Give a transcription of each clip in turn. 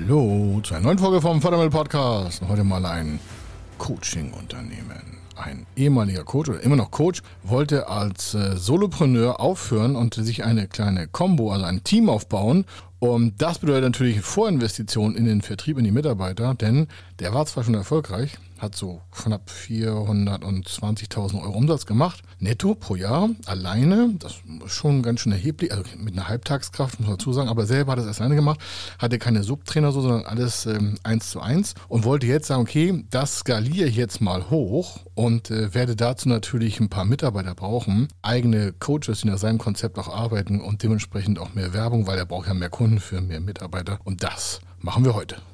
Hallo zu einer neuen Folge vom Fördermittel-Podcast. Heute mal ein Coaching-Unternehmen. Ein ehemaliger Coach oder immer noch Coach wollte als Solopreneur aufhören und sich eine kleine Combo, also ein Team aufbauen. Und das bedeutet natürlich Vorinvestitionen in den Vertrieb, in die Mitarbeiter, denn der war zwar schon erfolgreich, hat so knapp 420.000 Euro Umsatz gemacht, netto pro Jahr, alleine, das ist schon ganz schön erheblich, also mit einer Halbtagskraft, muss man dazu sagen, aber selber hat er es alleine gemacht, hatte keine Subtrainer so, sondern alles 1:1 und wollte jetzt sagen, okay, das skaliere ich jetzt mal hoch und werde dazu natürlich ein paar Mitarbeiter brauchen, eigene Coaches, die nach seinem Konzept auch arbeiten und dementsprechend auch mehr Werbung, weil er braucht ja mehr Kunden für mehr Mitarbeiter und das machen wir heute.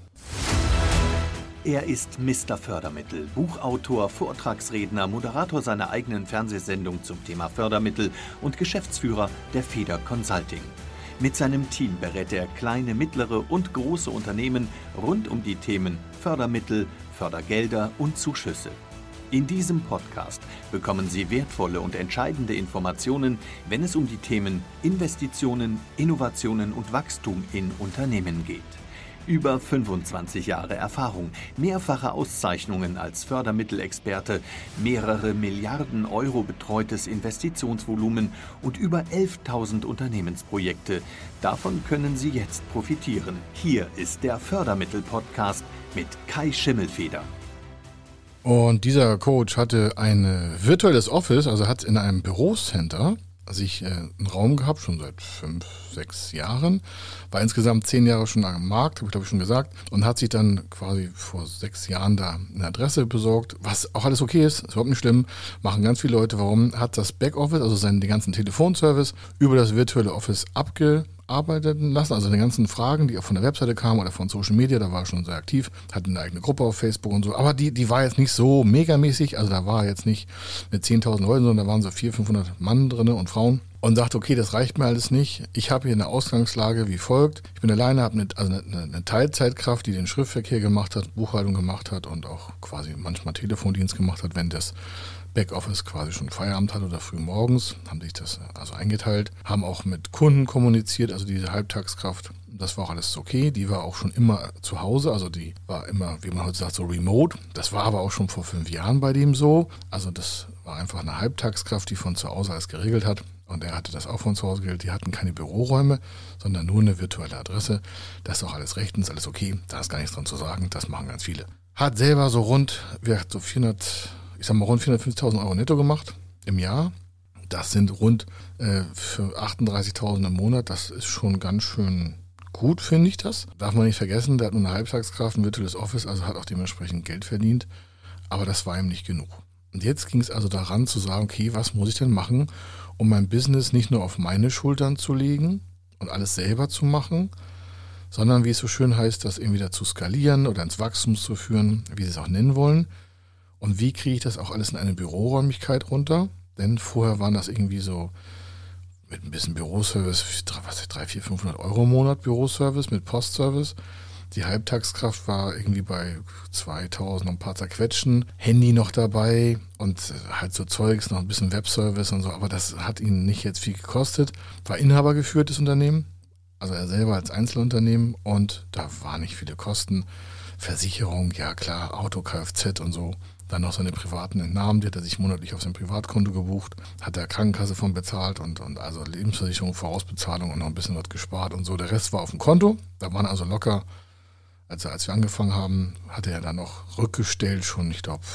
Er ist Mr. Fördermittel, Buchautor, Vortragsredner, Moderator seiner eigenen Fernsehsendung zum Thema Fördermittel und Geschäftsführer der Feder Consulting. Mit seinem Team berät er kleine, mittlere und große Unternehmen rund um die Themen Fördermittel, Fördergelder und Zuschüsse. In diesem Podcast bekommen Sie wertvolle und entscheidende Informationen, wenn es um die Themen Investitionen, Innovationen und Wachstum in Unternehmen geht. Über 25 Jahre Erfahrung, mehrfache Auszeichnungen als Fördermittelexperte, mehrere Milliarden Euro betreutes Investitionsvolumen und über 11.000 Unternehmensprojekte. Davon können Sie jetzt profitieren. Hier ist der Fördermittel-Podcast mit Kai Schimmelfeder. Und dieser Coach hatte ein virtuelles Office, also hat in einem Bürocenter sich einen Raum gehabt, schon seit 5, 6 Jahren, war insgesamt 10 Jahre schon am Markt, habe ich glaube ich schon gesagt, und hat sich dann quasi vor 6 Jahren da eine Adresse besorgt, was auch alles okay ist überhaupt nicht schlimm, machen ganz viele Leute. Warum? Hat das Backoffice, also den ganzen Telefonservice, über das virtuelle Office abgearbeitet lassen, also die ganzen Fragen, die auch von der Webseite kamen oder von Social Media, da war er schon sehr aktiv, hatte eine eigene Gruppe auf Facebook und so, aber die war jetzt nicht so megamäßig, also da war jetzt nicht mit 10.000 Leuten, sondern da waren so 400, 500 Mann drin und Frauen und dachte, okay, das reicht mir alles nicht, ich habe hier eine Ausgangslage wie folgt, ich bin alleine, habe eine Teilzeitkraft, die den Schriftverkehr gemacht hat, Buchhaltung gemacht hat und auch quasi manchmal Telefondienst gemacht hat, wenn das Backoffice quasi schon Feierabend hat oder früh morgens, haben sich das also eingeteilt, haben auch mit Kunden kommuniziert, also diese Halbtagskraft, das war auch alles okay, die war auch schon immer zu Hause, also die war immer, wie man heute sagt, so remote, das war aber auch schon vor 5 Jahren bei dem so, also das war einfach eine Halbtagskraft, die von zu Hause alles geregelt hat und er hatte das auch von zu Hause geregelt, die hatten keine Büroräume, sondern nur eine virtuelle Adresse, das ist auch alles rechtens, alles okay, da ist gar nichts dran zu sagen, das machen ganz viele. Hat selber so rund 450.000 Euro netto gemacht im Jahr. Das sind rund für 38.000 im Monat. Das ist schon ganz schön gut, finde ich das. Darf man nicht vergessen, der hat nur eine Halbtagskraft, ein virtuelles Office, also hat auch dementsprechend Geld verdient. Aber das war ihm nicht genug. Und jetzt ging es also daran zu sagen, okay, was muss ich denn machen, um mein Business nicht nur auf meine Schultern zu legen und alles selber zu machen, sondern, wie es so schön heißt, das irgendwie da zu skalieren oder ins Wachstum zu führen, wie sie es auch nennen wollen. Und wie kriege ich das auch alles in eine Büroräumlichkeit runter? Denn vorher waren das irgendwie so mit ein bisschen Büroservice, 300, 400, 500 Euro im Monat Büroservice mit Postservice. Die Halbtagskraft war irgendwie bei 2.000 und ein paar zerquetschen. Handy noch dabei und halt so Zeugs, noch ein bisschen Webservice und so. Aber das hat ihn nicht jetzt viel gekostet. War inhabergeführtes Unternehmen, also er selber als Einzelunternehmen und da waren nicht viele Kosten. Versicherung, ja klar, Auto, Kfz und so. Dann noch seine privaten Entnahmen, die hat er sich monatlich auf sein Privatkonto gebucht, hat er Krankenkasse von bezahlt und also Lebensversicherung, Vorausbezahlung und noch ein bisschen was gespart und so. Der Rest war auf dem Konto, da waren also locker, als wir angefangen haben, hatte er dann noch rückgestellt, schon, ich glaube,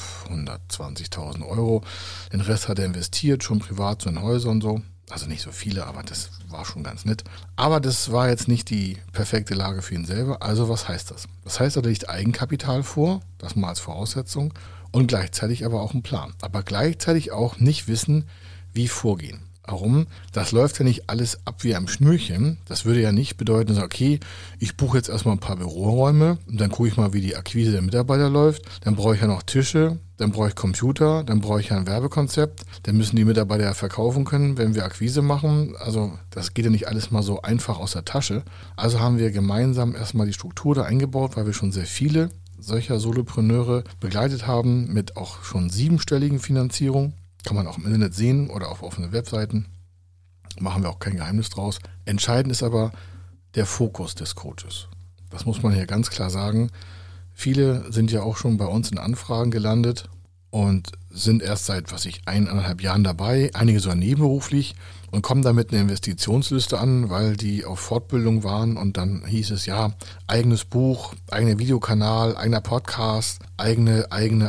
120.000 Euro. Den Rest hat er investiert, schon privat, so in Häuser und so. Also nicht so viele, aber das war schon ganz nett. Aber das war jetzt nicht die perfekte Lage für ihn selber. Also was heißt das? Das heißt, er legt Eigenkapital vor, das mal als Voraussetzung und gleichzeitig aber auch einen Plan. Aber gleichzeitig auch nicht wissen, wie vorgehen. Warum? Das läuft ja nicht alles ab wie am Schnürchen. Das würde ja nicht bedeuten, okay, ich buche jetzt erstmal ein paar Büroräume und dann gucke ich mal, wie die Akquise der Mitarbeiter läuft. Dann brauche ich ja noch Tische, dann brauche ich Computer, dann brauche ich ja ein Werbekonzept. Dann müssen die Mitarbeiter ja verkaufen können, wenn wir Akquise machen. Also das geht ja nicht alles mal so einfach aus der Tasche. Also haben wir gemeinsam erstmal die Struktur da eingebaut, weil wir schon sehr viele solcher Solopreneure begleitet haben mit auch schon 7-stelligen Finanzierungen. Kann man auch im Internet sehen oder auf offenen Webseiten. Machen wir auch kein Geheimnis draus. Entscheidend ist aber der Fokus des Coaches. Das muss man hier ganz klar sagen. Viele sind ja auch schon bei uns in Anfragen gelandet und sind erst seit, 1,5 Jahren dabei, einige sogar nebenberuflich und kommen damit eine Investitionsliste an, weil die auf Fortbildung waren und dann hieß es ja, eigenes Buch, eigener Videokanal, eigener Podcast, eigene,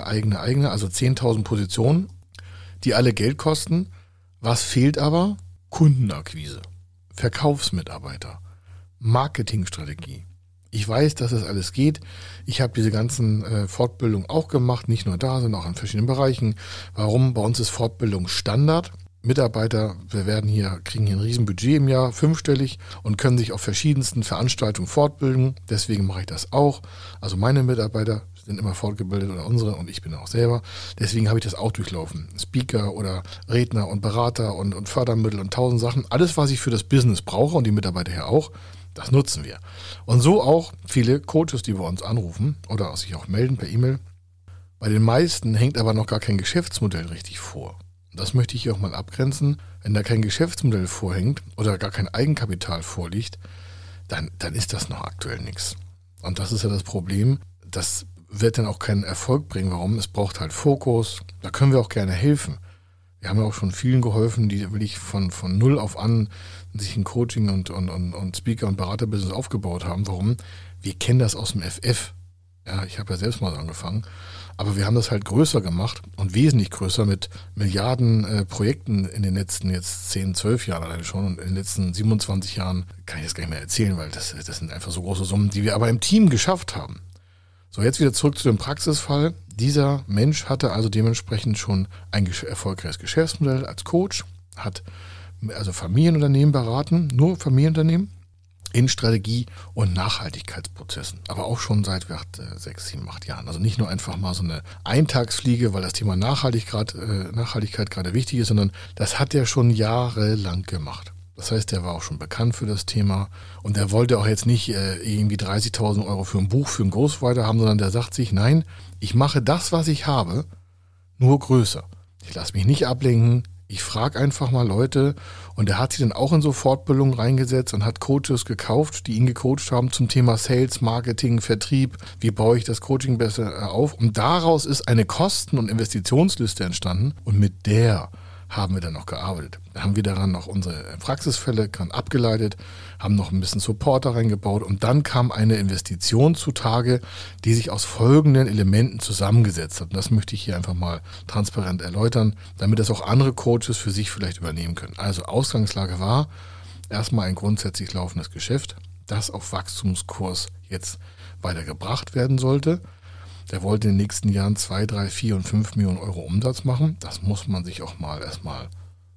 also 10.000 Positionen, die alle Geld kosten. Was fehlt aber? Kundenakquise, Verkaufsmitarbeiter, Marketingstrategie. Ich weiß, dass das alles geht. Ich habe diese ganzen Fortbildungen auch gemacht, nicht nur da, sondern auch in verschiedenen Bereichen. Warum? Bei uns ist Fortbildung Standard. Mitarbeiter, kriegen hier ein Riesenbudget im Jahr, 5-stellig und können sich auf verschiedensten Veranstaltungen fortbilden. Deswegen mache ich das auch. Also meine Mitarbeiter sind immer fortgebildet oder unsere und ich bin auch selber. Deswegen habe ich das auch durchlaufen. Speaker oder Redner und Berater und Fördermittel und 1000 Sachen. Alles, was ich für das Business brauche und die Mitarbeiter hier auch, das nutzen wir. Und so auch viele Coaches, die bei uns anrufen oder sich auch melden per E-Mail. Bei den meisten hängt aber noch gar kein Geschäftsmodell richtig vor. Das möchte ich hier auch mal abgrenzen. Wenn da kein Geschäftsmodell vorhängt oder gar kein Eigenkapital vorliegt, dann ist das noch aktuell nichts. Und das ist ja das Problem. Das wird dann auch keinen Erfolg bringen. Warum? Es braucht halt Fokus. Da können wir auch gerne helfen. Wir haben ja auch schon vielen geholfen, die wirklich von null auf an sich ein Coaching und Speaker- und Beraterbusiness aufgebaut haben. Warum? Wir kennen das aus dem FF. Ja, ich habe ja selbst mal angefangen. Aber wir haben das halt größer gemacht und wesentlich größer mit Milliarden Projekten in den letzten jetzt 10, 12 Jahren alleine schon. Und in den letzten 27 Jahren kann ich das gar nicht mehr erzählen, weil das sind einfach so große Summen, die wir aber im Team geschafft haben. So, jetzt wieder zurück zu dem Praxisfall. Dieser Mensch hatte also dementsprechend schon ein erfolgreiches Geschäftsmodell als Coach, hat also Familienunternehmen beraten, nur Familienunternehmen in Strategie- und Nachhaltigkeitsprozessen. Aber auch schon seit 6, 7, 8 Jahren. Also nicht nur einfach mal so eine Eintagsfliege, weil das Thema Nachhaltigkeit gerade wichtig ist, sondern das hat er schon jahrelang gemacht. Das heißt, der war auch schon bekannt für das Thema und der wollte auch jetzt nicht irgendwie 30.000 Euro für ein Buch, für einen Ghostwriter haben, sondern der sagt sich, nein, ich mache das, was ich habe, nur größer. Ich lasse mich nicht ablenken, ich frage einfach mal Leute und er hat sich dann auch in so Fortbildungen reingesetzt und hat Coaches gekauft, die ihn gecoacht haben zum Thema Sales, Marketing, Vertrieb, wie baue ich das Coaching besser auf und daraus ist eine Kosten- und Investitionsliste entstanden und mit der haben wir dann noch gearbeitet. Da haben wir daran noch unsere Praxisfälle abgeleitet, haben noch ein bisschen Support da reingebaut und dann kam eine Investition zutage, die sich aus folgenden Elementen zusammengesetzt hat. Und das möchte ich hier einfach mal transparent erläutern, damit das auch andere Coaches für sich vielleicht übernehmen können. Also Ausgangslage war erstmal ein grundsätzlich laufendes Geschäft, das auf Wachstumskurs jetzt weitergebracht werden sollte. Der wollte in den nächsten Jahren 2, 3, 4 und 5 Millionen Euro Umsatz machen. Das muss man sich auch mal erstmal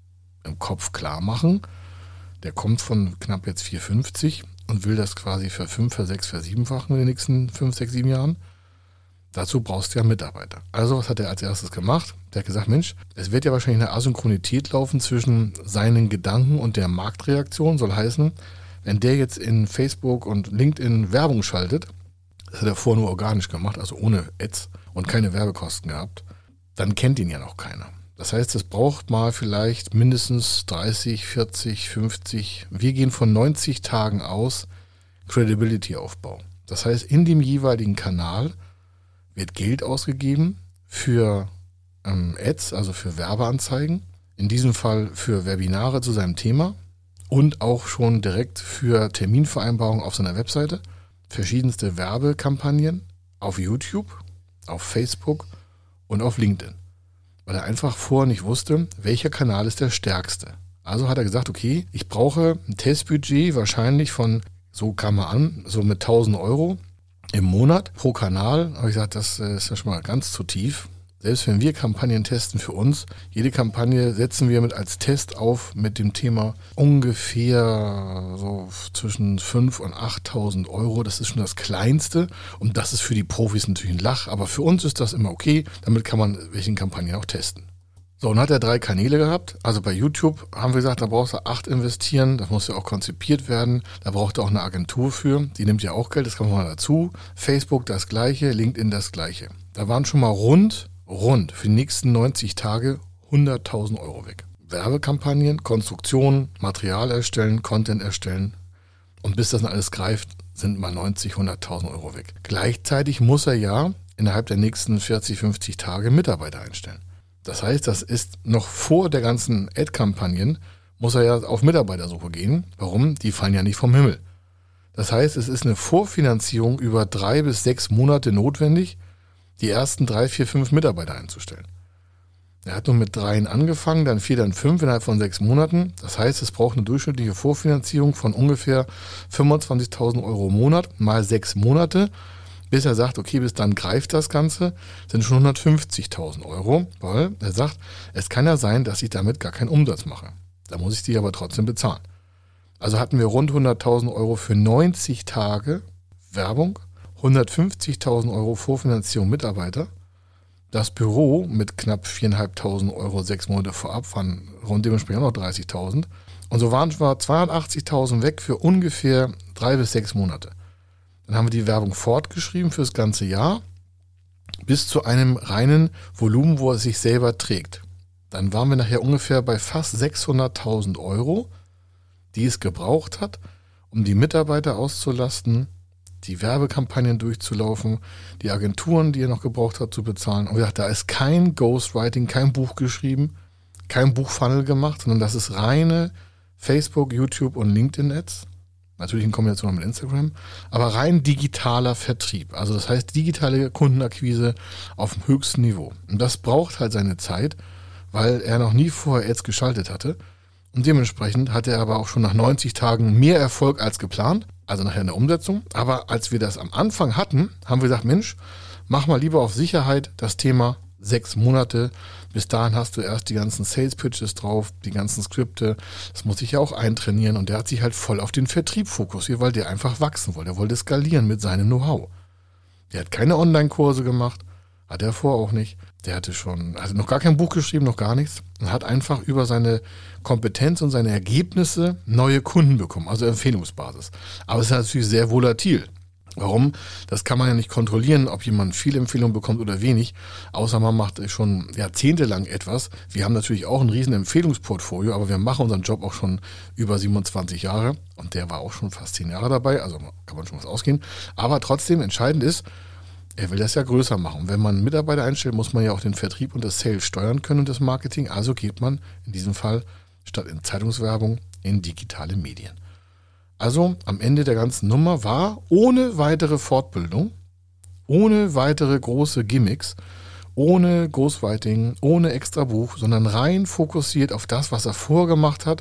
im Kopf klar machen. Der kommt von knapp jetzt 4,50 und will das quasi ver-5, ver-6, ver-7-fachen in den nächsten 5, 6, 7 Jahren. Dazu brauchst du ja Mitarbeiter. Also was hat er als erstes gemacht? Der hat gesagt, Mensch, es wird ja wahrscheinlich eine Asynchronität laufen zwischen seinen Gedanken und der Marktreaktion. Soll heißen, wenn der jetzt in Facebook und LinkedIn Werbung schaltet, das hat er vorher nur organisch gemacht, also ohne Ads und keine Werbekosten gehabt, dann kennt ihn ja noch keiner. Das heißt, es braucht mal vielleicht mindestens 30, 40, 50, wir gehen von 90 Tagen aus, Credibility-Aufbau. Das heißt, in dem jeweiligen Kanal wird Geld ausgegeben für Ads, also für Werbeanzeigen, in diesem Fall für Webinare zu seinem Thema und auch schon direkt für Terminvereinbarungen auf seiner Webseite. Verschiedenste Werbekampagnen auf YouTube, auf Facebook und auf LinkedIn. Weil er einfach vorher nicht wusste, welcher Kanal ist der stärkste. Also hat er gesagt, okay, ich brauche ein Testbudget wahrscheinlich von, so kam er an, so mit 1.000 Euro im Monat pro Kanal. Aber ich gesagt, das ist ja schon mal ganz zu tief. Selbst wenn wir Kampagnen testen für uns, jede Kampagne setzen wir als Test auf mit dem Thema ungefähr so zwischen 5.000 und 8.000 Euro. Das ist schon das Kleinste und das ist für die Profis natürlich ein Lach, aber für uns ist das immer okay. Damit kann man welchen Kampagnen auch testen. So, und hat er 3 Kanäle gehabt. Also bei YouTube haben wir gesagt, da brauchst du 8 investieren. Das muss ja auch konzipiert werden. Da braucht er auch eine Agentur für. Die nimmt ja auch Geld, das kommt mal dazu. Facebook das Gleiche, LinkedIn das Gleiche. Da waren schon mal rund für die nächsten 90 Tage 100.000 Euro weg. Werbekampagnen, Konstruktion, Material erstellen, Content erstellen. Und bis das dann alles greift, sind mal 90, 100.000 Euro weg. Gleichzeitig muss er ja innerhalb der nächsten 40, 50 Tage Mitarbeiter einstellen. Das heißt, das ist noch vor der ganzen Ad-Kampagnen, muss er ja auf Mitarbeitersuche gehen. Warum? Die fallen ja nicht vom Himmel. Das heißt, es ist eine Vorfinanzierung über 3 bis 6 Monate notwendig, die ersten 3, 4, 5 Mitarbeiter einzustellen. Er hat nur mit 3 angefangen, dann 4, dann 5 innerhalb von 6 Monaten. Das heißt, es braucht eine durchschnittliche Vorfinanzierung von ungefähr 25.000 Euro im Monat mal 6 Monate, bis er sagt, okay, bis dann greift das Ganze, sind schon 150.000 Euro, weil er sagt, es kann ja sein, dass ich damit gar keinen Umsatz mache. Da muss ich die aber trotzdem bezahlen. Also hatten wir rund 100.000 Euro für 90 Tage Werbung, 150.000 Euro Vorfinanzierung Mitarbeiter. Das Büro mit knapp 4.500 Euro 6 Monate vorab waren rund dementsprechend auch noch 30.000. Und so waren wir 280.000 weg für ungefähr 3 bis 6 Monate. Dann haben wir die Werbung fortgeschrieben für das ganze Jahr bis zu einem reinen Volumen, wo er sich selber trägt. Dann waren wir nachher ungefähr bei fast 600.000 Euro, die es gebraucht hat, um die Mitarbeiter auszulasten, die Werbekampagnen durchzulaufen, die Agenturen, die er noch gebraucht hat, zu bezahlen. Und wir dachten, da ist kein Ghostwriting, kein Buch geschrieben, kein Buchfunnel gemacht, sondern das ist reine Facebook, YouTube und LinkedIn-Ads. Natürlich in Kombination mit Instagram, aber rein digitaler Vertrieb. Also das heißt digitale Kundenakquise auf dem höchsten Niveau. Und das braucht halt seine Zeit, weil er noch nie vorher Ads geschaltet hatte. Und dementsprechend hatte er aber auch schon nach 90 Tagen mehr Erfolg als geplant, also nachher in der Umsetzung. Aber als wir das am Anfang hatten, haben wir gesagt, Mensch, mach mal lieber auf Sicherheit das Thema 6 Monate. Bis dahin hast du erst die ganzen Sales Pitches drauf, die ganzen Skripte. Das muss ich ja auch eintrainieren. Und der hat sich halt voll auf den Vertrieb fokussiert, weil der einfach wachsen wollte. Er wollte skalieren mit seinem Know-how. Der hat keine Online-Kurse gemacht, hat er vorher auch nicht. Der hatte noch gar kein Buch geschrieben, noch gar nichts. Und hat einfach über seine Kompetenz und seine Ergebnisse neue Kunden bekommen, also Empfehlungsbasis. Aber es ist natürlich sehr volatil. Warum? Das kann man ja nicht kontrollieren, ob jemand viel Empfehlung bekommt oder wenig, außer man macht schon jahrzehntelang etwas. Wir haben natürlich auch ein riesen Empfehlungsportfolio, aber wir machen unseren Job auch schon über 27 Jahre und der war auch schon fast 10 Jahre dabei, also kann man schon was ausgehen. Aber trotzdem entscheidend ist, er will das ja größer machen. Und wenn man Mitarbeiter einstellt, muss man ja auch den Vertrieb und das Sales steuern können und das Marketing. Also geht man in diesem Fall statt in Zeitungswerbung in digitale Medien. Also am Ende der ganzen Nummer war ohne weitere Fortbildung, ohne weitere große Gimmicks, ohne Ghostwriting, ohne extra Buch, sondern rein fokussiert auf das, was er vorgemacht hat,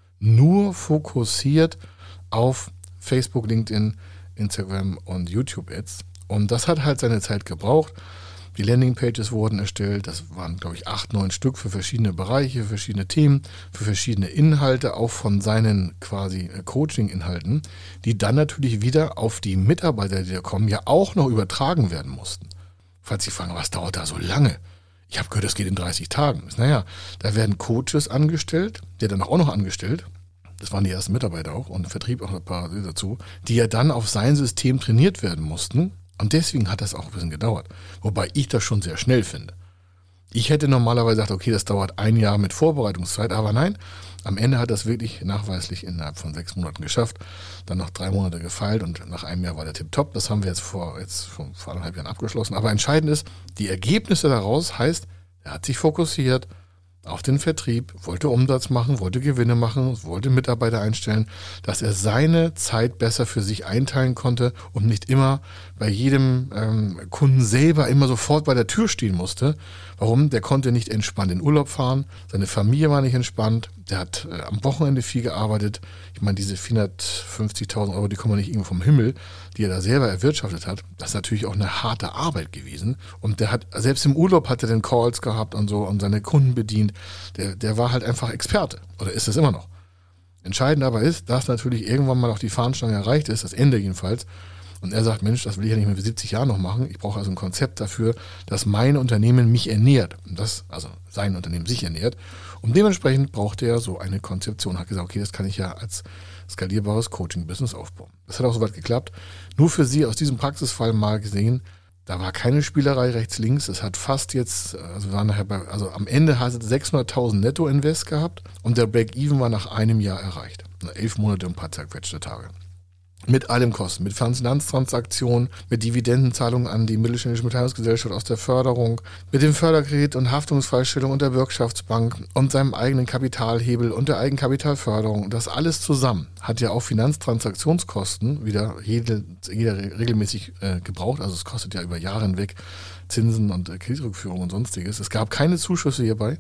nur fokussiert auf Facebook, LinkedIn, Instagram und YouTube-Ads. Und das hat halt seine Zeit gebraucht. Die Landingpages wurden erstellt. Das waren, glaube ich, 8, 9 Stück für verschiedene Bereiche, für verschiedene Themen, für verschiedene Inhalte, auch von seinen quasi Coaching-Inhalten, die dann natürlich wieder auf die Mitarbeiter, die da kommen, ja auch noch übertragen werden mussten. Falls Sie fragen, was dauert da so lange? Ich habe gehört, das geht in 30 Tagen. Naja, da werden Coaches angestellt, der dann auch noch angestellt. Das waren die ersten Mitarbeiter auch und Vertrieb auch ein paar dazu, die ja dann auf sein System trainiert werden mussten. Und deswegen hat das auch ein bisschen gedauert. Wobei ich das schon sehr schnell finde. Ich hätte normalerweise gesagt, okay, das dauert 1 Jahr mit Vorbereitungszeit, aber nein, am Ende hat das wirklich nachweislich innerhalb von 6 Monaten geschafft. Dann noch 3 Monate gefeilt und nach einem Jahr war der tipptopp. Das haben wir jetzt vor 1,5 Jahren abgeschlossen. Aber entscheidend ist, die Ergebnisse daraus heißt, er hat sich fokussiert auf den Vertrieb, wollte Umsatz machen, wollte Gewinne machen, wollte Mitarbeiter einstellen, dass er seine Zeit besser für sich einteilen konnte und nicht immer bei jedem Kunden selber immer sofort bei der Tür stehen musste. Warum? Der konnte nicht entspannt in Urlaub fahren, seine Familie war nicht entspannt, der hat am Wochenende viel gearbeitet. Ich meine, diese 450.000 Euro, die kommen nicht irgendwo vom Himmel, die er da selber erwirtschaftet hat. Das ist natürlich auch eine harte Arbeit gewesen. Und der hat, selbst im Urlaub hat er den Calls gehabt und so und seine Kunden bedient. Der war halt einfach Experte. Oder ist es immer noch. Entscheidend aber ist, dass natürlich irgendwann mal auch die Fahnenstange erreicht ist, das Ende jedenfalls. Und er sagt, Mensch, das will ich ja nicht mehr für 70 Jahre noch machen. Ich brauche also ein Konzept dafür, dass mein Unternehmen mich ernährt. Und das, also sein Unternehmen sich ernährt. Und dementsprechend brauchte er so eine Konzeption. Hat gesagt, okay, das kann ich ja als skalierbares Coaching-Business aufbauen. Das hat auch soweit geklappt. Nur für Sie aus diesem Praxisfall mal gesehen, da war keine Spielerei rechts, links. Es hat fast jetzt, also wir waren nachher am Ende hat es 600.000 Netto-Invest gehabt und der Break-Even war nach einem Jahr erreicht. 11 Monate und ein paar zerquetschte Tage. Mit allem Kosten, mit Finanztransaktionen, mit Dividendenzahlungen an die mittelständische Beteiligungsgesellschaft aus der Förderung, mit dem Förderkredit und Haftungsfreistellung und der Bürgschaftsbank und seinem eigenen Kapitalhebel und der Eigenkapitalförderung. Das alles zusammen hat ja auch Finanztransaktionskosten wieder jeder regelmäßig gebraucht. Also es kostet ja über Jahre hinweg Zinsen und Kreditrückführung und sonstiges. Es gab keine Zuschüsse hierbei,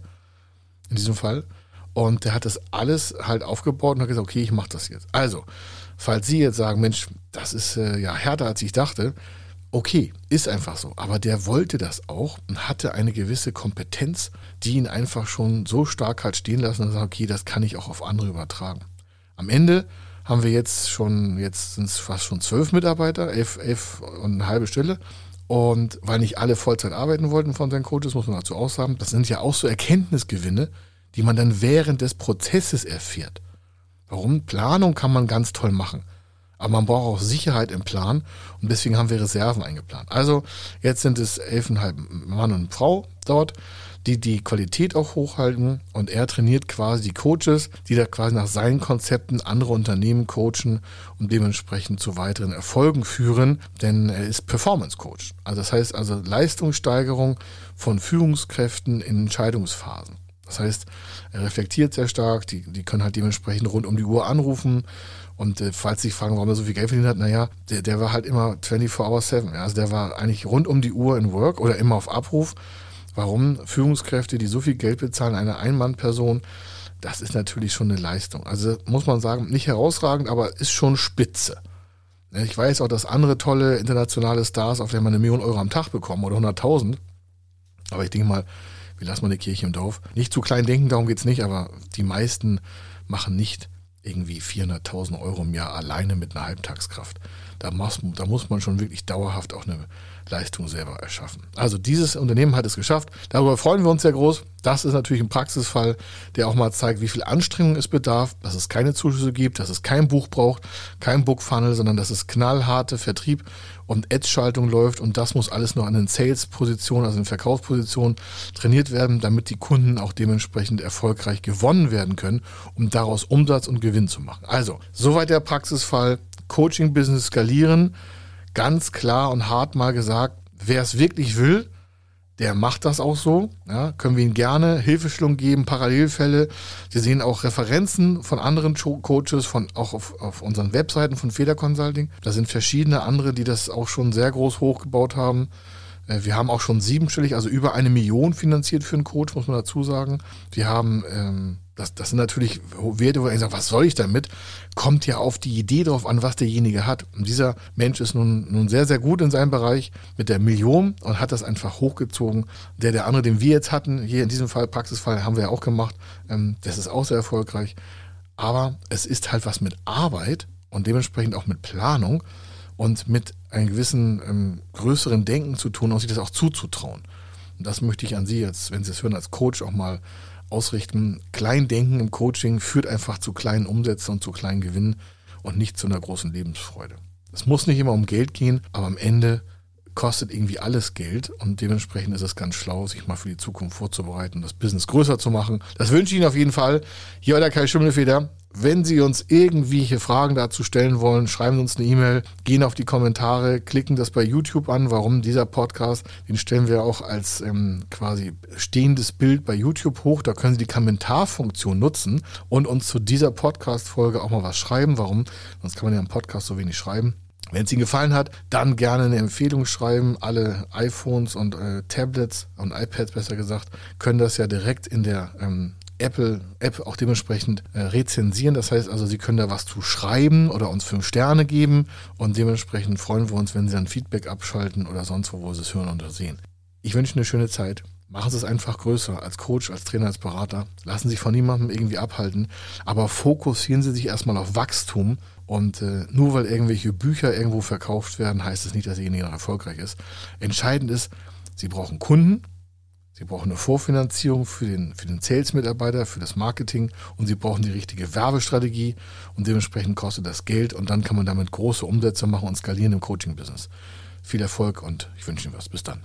in diesem Fall. Und der hat das alles halt aufgebaut und hat gesagt, okay, ich mache das jetzt. Also, falls Sie jetzt sagen, Mensch, das ist ja härter, als ich dachte, okay, ist einfach so. Aber der wollte das auch und hatte eine gewisse Kompetenz, die ihn einfach schon so stark hat stehen lassen und sagt, okay, das kann ich auch auf andere übertragen. Am Ende haben wir jetzt sind es fast schon 12 Mitarbeiter, 11 und eine halbe Stelle. Und weil nicht alle Vollzeit arbeiten wollten von seinen Coaches, muss man dazu auch sagen, das sind ja auch so Erkenntnisgewinne, die man dann während des Prozesses erfährt. Warum? Planung kann man ganz toll machen. Aber man braucht auch Sicherheit im Plan und deswegen haben wir Reserven eingeplant. Also jetzt sind es 11,5 Mann und Frau dort, die die Qualität auch hochhalten und er trainiert quasi die Coaches, die da quasi nach seinen Konzepten andere Unternehmen coachen und dementsprechend zu weiteren Erfolgen führen, denn er ist Performance Coach. Also das heißt also Leistungssteigerung von Führungskräften in Entscheidungsphasen. Das heißt, er reflektiert sehr stark, die können halt dementsprechend rund um die Uhr anrufen und falls Sie sich fragen, warum er so viel Geld verdient hat, naja, der war halt immer 24/7, ja? Also der war eigentlich rund um die Uhr in Work oder immer auf Abruf. Warum? Führungskräfte, die so viel Geld bezahlen, eine Ein-Mann-Person, das ist natürlich schon eine Leistung. Also muss man sagen, nicht herausragend, aber ist schon spitze. Ich weiß auch, dass andere tolle internationale Stars auf der man 1 Million Euro am Tag bekommen oder 100.000, aber ich denke mal, wir lassen mal eine Kirche im Dorf. Nicht zu klein denken, darum geht's nicht, aber die meisten machen nicht irgendwie 400.000 Euro im Jahr alleine mit einer Halbtagskraft. Da muss man schon wirklich dauerhaft auch eine Leistung selber erschaffen. Also dieses Unternehmen hat es geschafft. Darüber freuen wir uns sehr groß. Das ist natürlich ein Praxisfall, der auch mal zeigt, wie viel Anstrengung es bedarf, dass es keine Zuschüsse gibt, dass es kein Buch braucht, kein Bookfunnel, sondern dass es knallharte Vertrieb und Ad-Schaltung läuft und das muss alles noch an den Sales-Positionen, also in Verkaufspositionen trainiert werden, damit die Kunden auch dementsprechend erfolgreich gewonnen werden können, um daraus Umsatz und Gewinn zu machen. Also, soweit der Praxisfall. Coaching-Business skalieren, ganz klar und hart mal gesagt, wer es wirklich will, der macht das auch so. Ja, können wir Ihnen gerne Hilfestellung geben, Parallelfälle. Sie sehen auch Referenzen von anderen Coaches, auch auf unseren Webseiten von Feder Consulting. Da sind verschiedene andere, die das auch schon sehr groß hochgebaut haben. Wir haben auch schon 7-stellig, also über 1 Million finanziert für einen Coach, muss man dazu sagen. Wir haben, das sind natürlich Werte, wo ich sage, was soll ich damit? Kommt ja auf die Idee drauf an, was derjenige hat. Und dieser Mensch ist nun sehr, sehr gut in seinem Bereich mit der Million und hat das einfach hochgezogen. Der andere, den wir jetzt hatten, hier in diesem Fall, Praxisfall, haben wir ja auch gemacht. Das ist auch sehr erfolgreich. Aber es ist halt was mit Arbeit und dementsprechend auch mit Planung und mit einem gewissen größeren Denken zu tun und sich das auch zuzutrauen. Und das möchte ich an Sie jetzt, wenn Sie es hören, als Coach auch mal ausrichten. Kleindenken im Coaching führt einfach zu kleinen Umsätzen und zu kleinen Gewinnen und nicht zu einer großen Lebensfreude. Es muss nicht immer um Geld gehen, aber am Ende kostet irgendwie alles Geld und dementsprechend ist es ganz schlau, sich mal für die Zukunft vorzubereiten, das Business größer zu machen. Das wünsche ich Ihnen auf jeden Fall. Hier war der Kai Schimmelfeder. Wenn Sie uns irgendwelche Fragen dazu stellen wollen, schreiben Sie uns eine E-Mail, gehen auf die Kommentare, klicken das bei YouTube an. Warum? Dieser Podcast, den stellen wir auch als quasi stehendes Bild bei YouTube hoch. Da können Sie die Kommentarfunktion nutzen und uns zu dieser Podcast-Folge auch mal was schreiben. Warum? Sonst kann man ja im Podcast so wenig schreiben. Wenn es Ihnen gefallen hat, dann gerne eine Empfehlung schreiben. Alle iPhones und Tablets und iPads besser gesagt, können das ja direkt in der Apple-App auch dementsprechend rezensieren. Das heißt also, Sie können da was zu schreiben oder uns 5 Sterne geben und dementsprechend freuen wir uns, wenn Sie dann Feedback abschalten oder sonst wo Sie es hören oder sehen. Ich wünsche eine schöne Zeit. Machen Sie es einfach größer, als Coach, als Trainer, als Berater. Lassen Sie sich von niemandem irgendwie abhalten, aber fokussieren Sie sich erstmal auf Wachstum und nur weil irgendwelche Bücher irgendwo verkauft werden, heißt es nicht, dass derjenige noch erfolgreich ist. Entscheidend ist, Sie brauchen Kunden, Sie brauchen eine Vorfinanzierung für den Sales-Mitarbeiter, für das Marketing und Sie brauchen die richtige Werbestrategie und dementsprechend kostet das Geld und dann kann man damit große Umsätze machen und skalieren im Coaching-Business. Viel Erfolg und ich wünsche Ihnen was. Bis dann. Ciao.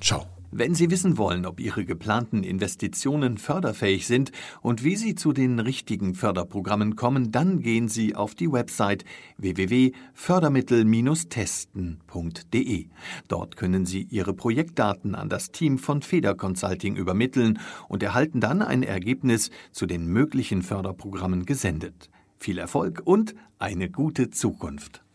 Wenn Sie wissen wollen, ob Ihre geplanten Investitionen förderfähig sind und wie Sie zu den richtigen Förderprogrammen kommen, dann gehen Sie auf die Website www.fördermittel-testen.de. Dort können Sie Ihre Projektdaten an das Team von Feder Consulting übermitteln und erhalten dann ein Ergebnis zu den möglichen Förderprogrammen gesendet. Viel Erfolg und eine gute Zukunft!